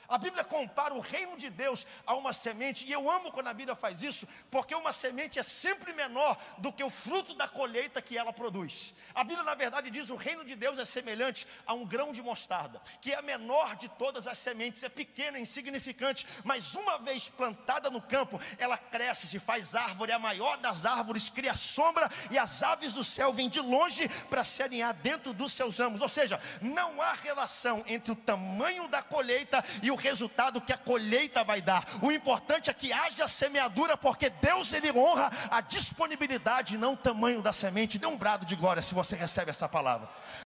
A Bíblia compara o reino de Deus a uma semente, e eu amo quando a Bíblia faz isso, porque uma semente é sempre menor do que o fruto da colheita que ela produz. A Bíblia na verdade diz: o reino de Deus é semelhante a um grão de mostarda, que é a menor de todas as sementes, é pequena, insignificante, mas uma vez plantada no campo, ela cresce, se faz árvore, é a maior das árvores, cria sombra, e as aves do céu vêm de longe para se aninhar dentro dos seus ramos. Ou seja, não há relação entre o tamanho da colheita e o resultado que a colheita vai dar. O importante é que haja semeadura, porque Deus, Ele honra a disponibilidade, não o tamanho da semente. Dê um brado de glória se você recebe essa palavra.